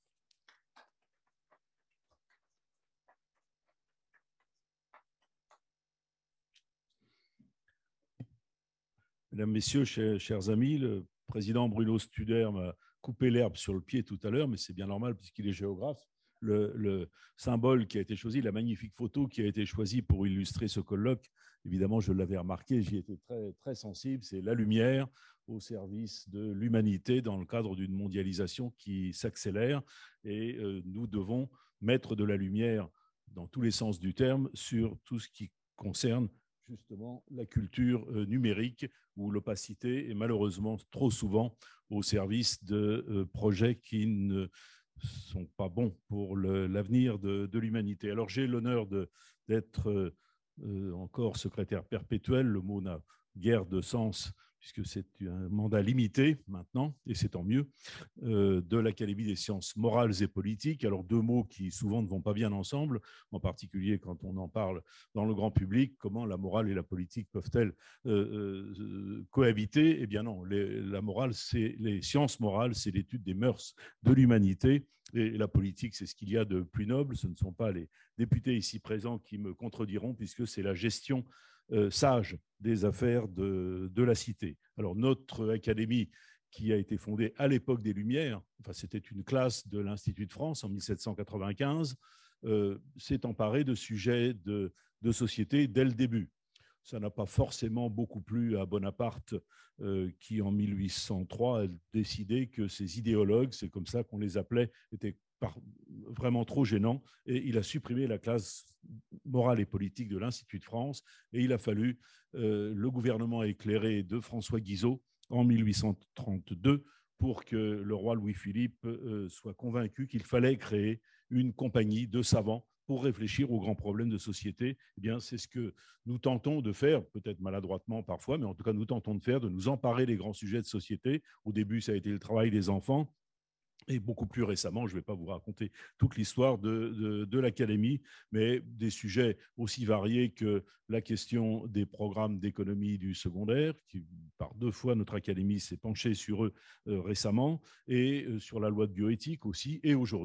Mesdames, Messieurs, chers, chers amis, le président Bruno Studer m'a coupé l'herbe sur le pied tout à l'heure, mais c'est bien normal puisqu'il est géographe. Le, le symbole qui a été choisi, la magnifique photo qui a été choisie pour illustrer ce colloque, évidemment, je l'avais remarqué, j'y étais très, très sensible, c'est la lumière au service de l'humanité dans le cadre d'une mondialisation qui s'accélère et euh, nous devons mettre de la lumière dans tous les sens du terme sur tout ce qui concerne justement la culture euh, numérique où l'opacité est malheureusement trop souvent au service de euh, projets qui ne sont pas bons pour l'avenir de, de l'humanité. Alors j'ai l'honneur d'être euh, encore secrétaire perpétuel, le mot n'a guère de sens puisque c'est un mandat limité maintenant, et c'est tant mieux, euh, de l'Académie des sciences morales et politiques. Alors deux mots qui souvent ne vont pas bien ensemble, en particulier quand on en parle dans le grand public, comment la morale et la politique peuvent-elles euh, euh, cohabiter? Eh bien non, les, la morale, c'est les sciences morales, c'est l'étude des mœurs de l'humanité, et la politique, c'est ce qu'il y a de plus noble. Ce ne sont pas les députés ici présents qui me contrediront, puisque c'est la gestion Euh, sage des affaires de, de la cité. Alors notre académie, qui a été fondée à l'époque des Lumières, enfin, c'était une classe de l'Institut de France en mille sept cent quatre-vingt-quinze, euh, s'est emparée de sujets de, de société dès le début. Ça n'a pas forcément beaucoup plu à Bonaparte, euh, qui en mille huit cent trois a décidé que ces idéologues, c'est comme ça qu'on les appelait, étaient par, vraiment trop gênants, et il a supprimé la classe morale et politique de l'Institut de France, et il a fallu euh, le gouvernement éclairé de François Guizot en mille huit cent trente-deux pour que le roi Louis-Philippe euh, soit convaincu qu'il fallait créer une compagnie de savants pour réfléchir aux grands problèmes de société. Eh bien, c'est ce que nous tentons de faire, peut-être maladroitement parfois, mais en tout cas, nous tentons de faire, de nous emparer des grands sujets de société. Au début, ça a été le travail des enfants. Et beaucoup plus récemment, je ne vais pas vous raconter toute l'histoire de, de, de l'Académie, mais des sujets aussi variés que la question des programmes d'économie du secondaire, qui par deux fois notre Académie s'est penchée sur eux euh, récemment, et euh, sur la loi de bioéthique aussi, et aujourd'hui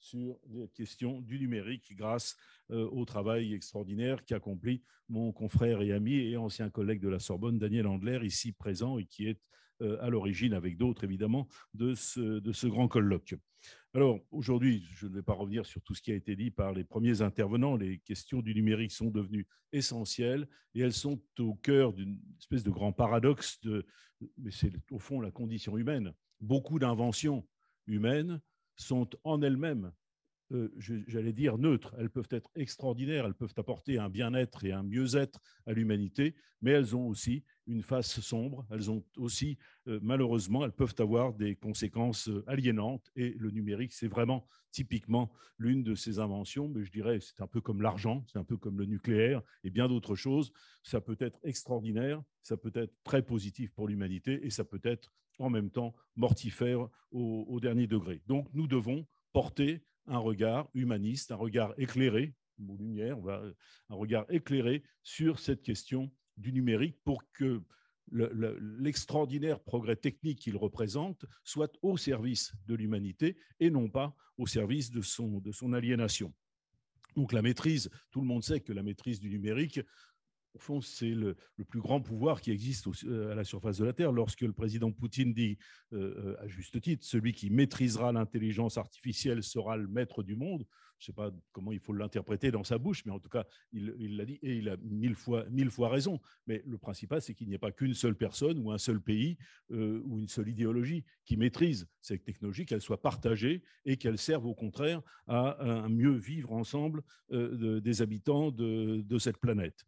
sur les questions du numérique grâce euh, au travail extraordinaire qu'accomplit mon confrère et ami et ancien collègue de la Sorbonne, Daniel Andler, ici présent et qui est euh, à l'origine, avec d'autres évidemment, de ce, de ce grand colloque. Alors, aujourd'hui, je ne vais pas revenir sur tout ce qui a été dit par les premiers intervenants. Les questions du numérique sont devenues essentielles et elles sont au cœur d'une espèce de grand paradoxe, de, mais c'est au fond la condition humaine. Beaucoup d'inventions humaines sont en elles-mêmes, euh, j'allais dire, neutres. Elles peuvent être extraordinaires, elles peuvent apporter un bien-être et un mieux-être à l'humanité, mais elles ont aussi une face sombre, elles ont aussi, euh, malheureusement, elles peuvent avoir des conséquences aliénantes et le numérique, c'est vraiment typiquement l'une de ces inventions, mais je dirais c'est un peu comme l'argent, c'est un peu comme le nucléaire et bien d'autres choses. Ça peut être extraordinaire, ça peut être très positif pour l'humanité et ça peut être en même temps mortifère au, au dernier degré. Donc nous devons porter un regard humaniste, un regard éclairé, mot lumière, on va, un regard éclairé sur cette question du numérique pour que le, le, l'extraordinaire progrès technique qu'il représente soit au service de l'humanité et non pas au service de son, de son aliénation. Donc la maîtrise, tout le monde sait que la maîtrise du numérique, au fond, c'est le, le plus grand pouvoir qui existe au, à la surface de la Terre. Lorsque le président Poutine dit, euh, à juste titre, celui qui maîtrisera l'intelligence artificielle sera le maître du monde, je ne sais pas comment il faut l'interpréter dans sa bouche, mais en tout cas, il, il l'a dit et il a mille fois, mille fois raison. Mais le principal, c'est qu'il n'y ait pas qu'une seule personne ou un seul pays euh, ou une seule idéologie qui maîtrise cette technologie, qu'elle soit partagée et qu'elle serve au contraire à un mieux vivre ensemble euh, de, des habitants de, de cette planète.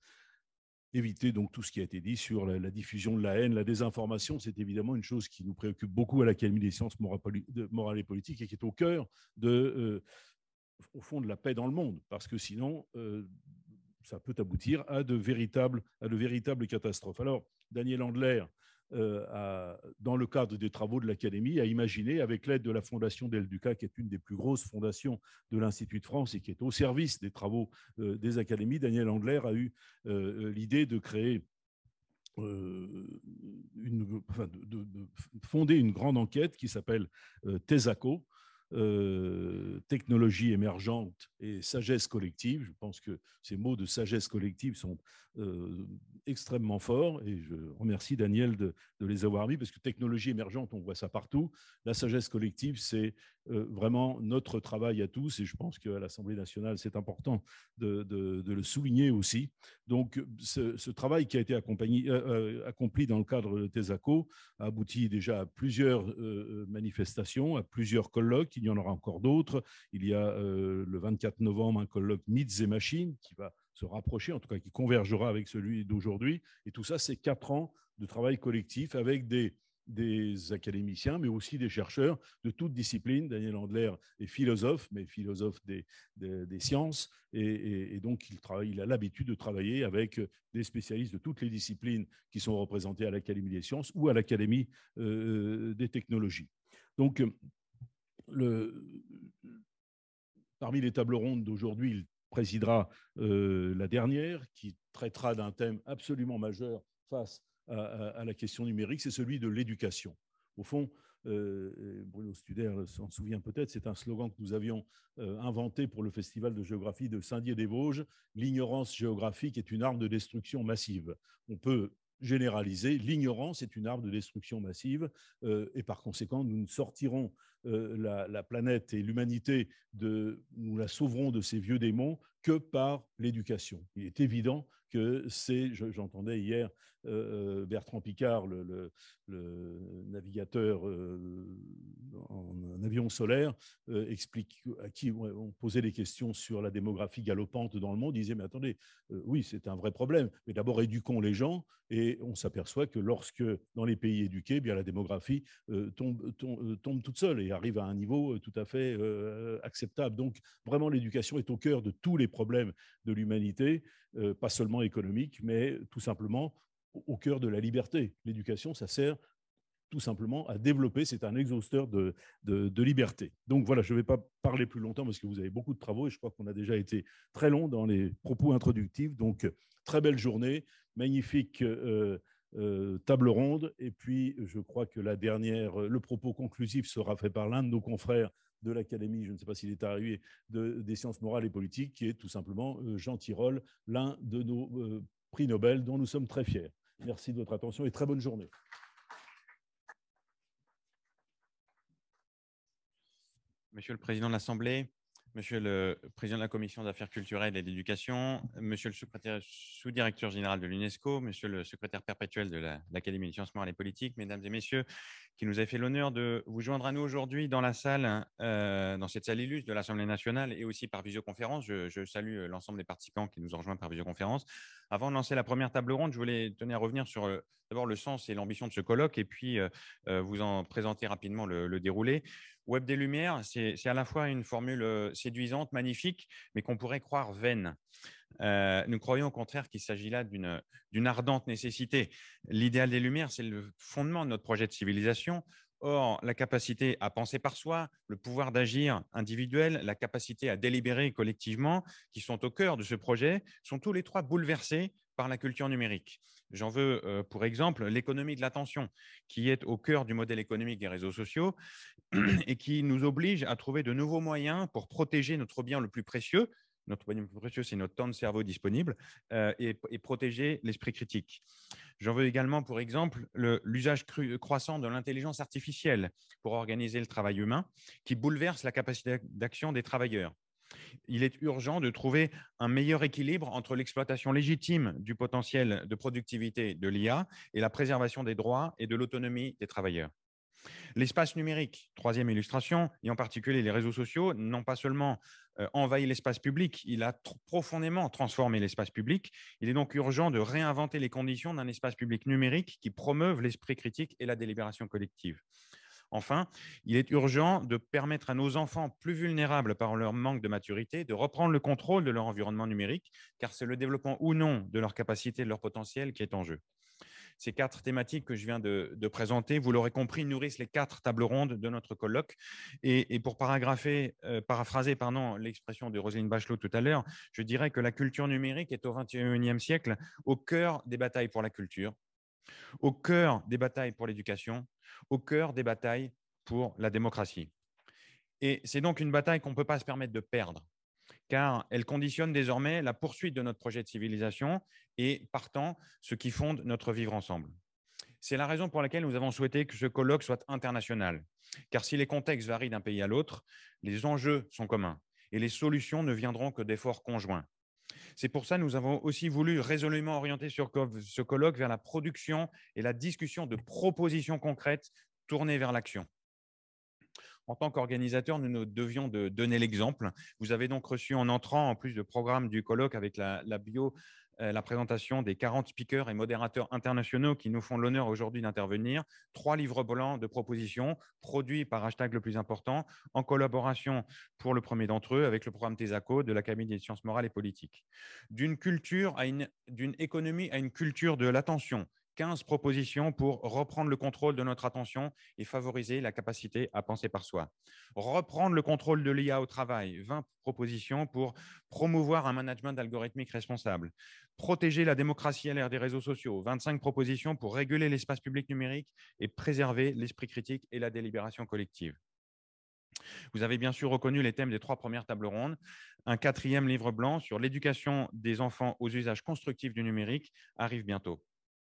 Éviter donc tout ce qui a été dit sur la, la diffusion de la haine, la désinformation, c'est évidemment une chose qui nous préoccupe beaucoup à l'Académie des sciences morales et politiques et qui est au cœur de, euh, au fond, de la paix dans le monde, parce que sinon, euh, ça peut aboutir à de véritables, à de véritables catastrophes. Alors, Daniel Andler, euh, a, dans le cadre des travaux de l'Académie, a imaginé, avec l'aide de la Fondation Del Duca, qui est une des plus grosses fondations de l'Institut de France et qui est au service des travaux euh, des académies, Daniel Andler a eu euh, l'idée de créer Euh, une, enfin de, de, de fonder une grande enquête qui s'appelle euh, TESACO, euh, technologie émergente et sagesse collective. Je pense que ces mots de sagesse collective sont euh, extrêmement forts et je remercie Daniel de, de les avoir mis parce que technologie émergente, on voit ça partout. La sagesse collective, c'est euh, vraiment notre travail à tous et je pense qu'à l'Assemblée nationale, c'est important de, de, de le souligner aussi. Donc, ce, ce travail qui a été accompagné, euh, accompli dans le cadre de TESACO a abouti déjà à plusieurs euh, manifestations, à plusieurs colloques. Il y en aura encore d'autres. Il y a euh, le vingt-quatre novembre un colloque Mythes et Machines qui va se rapprocher, en tout cas qui convergera avec celui d'aujourd'hui. Et tout ça, c'est quatre ans de travail collectif avec des des académiciens, mais aussi des chercheurs de toutes disciplines. Daniel Andler est philosophe, mais philosophe des, des, des sciences, et, et, et donc il, travaille, il a l'habitude de travailler avec des spécialistes de toutes les disciplines qui sont représentées à l'Académie des sciences ou à l'Académie euh, des technologies. Donc, le, parmi les tables rondes d'aujourd'hui, il présidera euh, la dernière, qui traitera d'un thème absolument majeur face À, à, à la question numérique, c'est celui de l'éducation. Au fond, euh, Bruno Studer s'en souvient peut-être, c'est un slogan que nous avions euh, inventé pour le Festival de géographie de Saint-Dié-des-Vosges. L'ignorance géographique est une arme de destruction massive. On peut généraliser, l'ignorance est une arme de destruction massive euh, et par conséquent, nous ne sortirons euh, la, la planète et l'humanité, de, nous la sauverons de ces vieux démons que par l'éducation. Il est évident que c'est, j'entendais hier euh, Bertrand Piccard, le, le, le navigateur euh, en, en avion solaire, euh, explique, à qui on posait des questions sur la démographie galopante dans le monde, il disait, mais attendez, euh, oui, c'est un vrai problème, mais d'abord éduquons les gens, et on s'aperçoit que lorsque, dans les pays éduqués, eh bien, la démographie euh, tombe, tombe, tombe toute seule et arrive à un niveau tout à fait euh, acceptable. Donc, vraiment, l'éducation est au cœur de tous les problèmes de l'humanité, euh, pas seulement économique, mais tout simplement au cœur de la liberté. L'éducation, ça sert tout simplement à développer, c'est un exhausteur de, de, de liberté. Donc voilà, je ne vais pas parler plus longtemps parce que vous avez beaucoup de travaux et je crois qu'on a déjà été très long dans les propos introductifs. Donc, très belle journée, magnifique euh, euh, table ronde. Et puis, je crois que la dernière, le propos conclusif sera fait par l'un de nos confrères de l'Académie, je ne sais pas s'il est arrivé, de, des sciences morales et politiques, qui est tout simplement euh, Jean Tirole, l'un de nos euh, prix Nobel dont nous sommes très fiers. Merci de votre attention et très bonne journée. Monsieur le Président de l'Assemblée, Monsieur le Président de la Commission des Affaires culturelles et de l'Éducation, Monsieur le secrétaire sous-directeur général de l'UNESCO, Monsieur le secrétaire perpétuel de l'Académie des sciences morales et politiques, Mesdames et Messieurs, qui nous avez fait l'honneur de vous joindre à nous aujourd'hui dans la salle, euh, dans cette salle illustre de l'Assemblée nationale et aussi par visioconférence. Je, je salue l'ensemble des participants qui nous ont rejoints par visioconférence. Avant de lancer la première table ronde, je voulais tenir à revenir sur euh, d'abord le sens et l'ambition de ce colloque et puis euh, euh, vous en présenter rapidement le, le déroulé. Web des Lumières, c'est à la fois une formule séduisante, magnifique, mais qu'on pourrait croire vaine. Euh, nous croyons au contraire qu'il s'agit là d'une d'une ardente nécessité. L'idéal des Lumières, c'est le fondement de notre projet de civilisation. Or, la capacité à penser par soi, le pouvoir d'agir individuel, la capacité à délibérer collectivement, qui sont au cœur de ce projet, sont tous les trois bouleversés par la culture numérique. J'en veux euh, pour exemple l'économie de l'attention, qui est au cœur du modèle économique des réseaux sociaux et qui nous oblige à trouver de nouveaux moyens pour protéger notre bien le plus précieux. Notre bien le plus précieux, c'est notre temps de cerveau disponible euh, et, et protéger l'esprit critique. J'en veux également pour exemple l'usage croissant de l'intelligence artificielle pour organiser le travail humain, qui bouleverse la capacité d'action des travailleurs. Il est urgent de trouver un meilleur équilibre entre l'exploitation légitime du potentiel de productivité de l'I A et la préservation des droits et de l'autonomie des travailleurs. L'espace numérique, troisième illustration, et en particulier les réseaux sociaux, n'ont pas seulement euh, envahi l'espace public, il a profondément transformé l'espace public. Il est donc urgent de réinventer les conditions d'un espace public numérique qui promeuve l'esprit critique et la délibération collective. Enfin, il est urgent de permettre à nos enfants plus vulnérables par leur manque de maturité de reprendre le contrôle de leur environnement numérique, car c'est le développement ou non de leur capacité, de leur potentiel qui est en jeu. Ces quatre thématiques que je viens de, de présenter, vous l'aurez compris, nourrissent les quatre tables rondes de notre colloque. Et, et pour paragrapher, euh, paraphraser l'expression de Roselyne Bachelot tout à l'heure, je dirais que la culture numérique est au vingt et unième siècle au cœur des batailles pour la culture, au cœur des batailles pour l'éducation, au cœur des batailles pour la démocratie. Et c'est donc une bataille qu'on ne peut pas se permettre de perdre, car elle conditionne désormais la poursuite de notre projet de civilisation et, partant, ce qui fonde notre vivre ensemble. C'est la raison pour laquelle nous avons souhaité que ce colloque soit international, car si les contextes varient d'un pays à l'autre, les enjeux sont communs et les solutions ne viendront que d'efforts conjoints. C'est pour ça que nous avons aussi voulu résolument orienter sur ce colloque vers la production et la discussion de propositions concrètes tournées vers l'action. En tant qu'organisateur, nous nous devions de donner l'exemple. Vous avez donc reçu en entrant, en plus de programme du colloque avec la, la bio, euh, la présentation des quarante speakers et modérateurs internationaux qui nous font l'honneur aujourd'hui d'intervenir, trois livres blancs de propositions produits par Hashtag le plus important, en collaboration pour le premier d'entre eux avec le programme TESACO de l'Académie des sciences morales et politiques. D'une culture à une, d'une économie à une culture de l'attention, quinze propositions pour reprendre le contrôle de notre attention et favoriser la capacité à penser par soi. Reprendre le contrôle de l'I A au travail, vingt propositions pour promouvoir un management algorithmique responsable. Protéger la démocratie à l'ère des réseaux sociaux, vingt-cinq propositions pour réguler l'espace public numérique et préserver l'esprit critique et la délibération collective. Vous avez bien sûr reconnu les thèmes des trois premières tables rondes. Un quatrième livre blanc sur l'éducation des enfants aux usages constructifs du numérique arrive bientôt.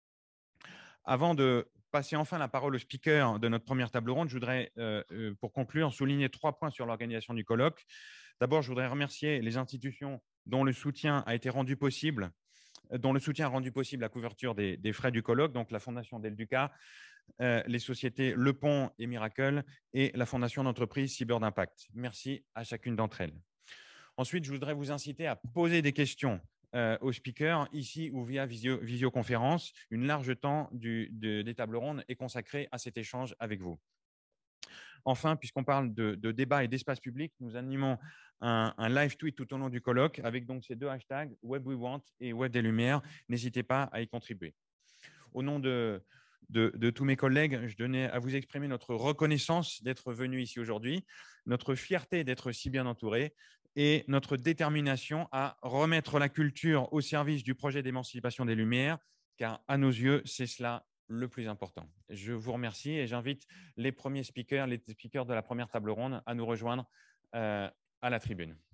Avant de passer enfin la parole au speaker de notre première table ronde, je voudrais, euh, pour conclure, souligner trois points sur l'organisation du colloque. D'abord, je voudrais remercier les institutions dont le soutien a été rendu possible, dont le soutien a rendu possible la couverture des, des frais du colloque, donc la Fondation Del Duca, euh, les sociétés Le Pont et Miracle et la Fondation d'entreprise Cyber d'Impact. Merci à chacune d'entre elles. Ensuite, je voudrais vous inciter à poser des questions Euh, aux speakers, ici ou via visio, visioconférence. Une large temps du, de, des tables rondes est consacré à cet échange avec vous. Enfin, puisqu'on parle de, de débat et d'espace public, nous animons un, un live tweet tout au long du colloque avec donc ces deux hashtags Web We Want et Web des Lumières. N'hésitez pas à y contribuer. Au nom de, de, de tous mes collègues, je tenais à vous exprimer notre reconnaissance d'être venus ici aujourd'hui, notre fierté d'être si bien entourés et notre détermination à remettre la culture au service du projet d'émancipation des Lumières, car à nos yeux, c'est cela le plus important. Je vous remercie et j'invite les premiers speakers, les speakers de la première table ronde à nous rejoindre euh, à la tribune.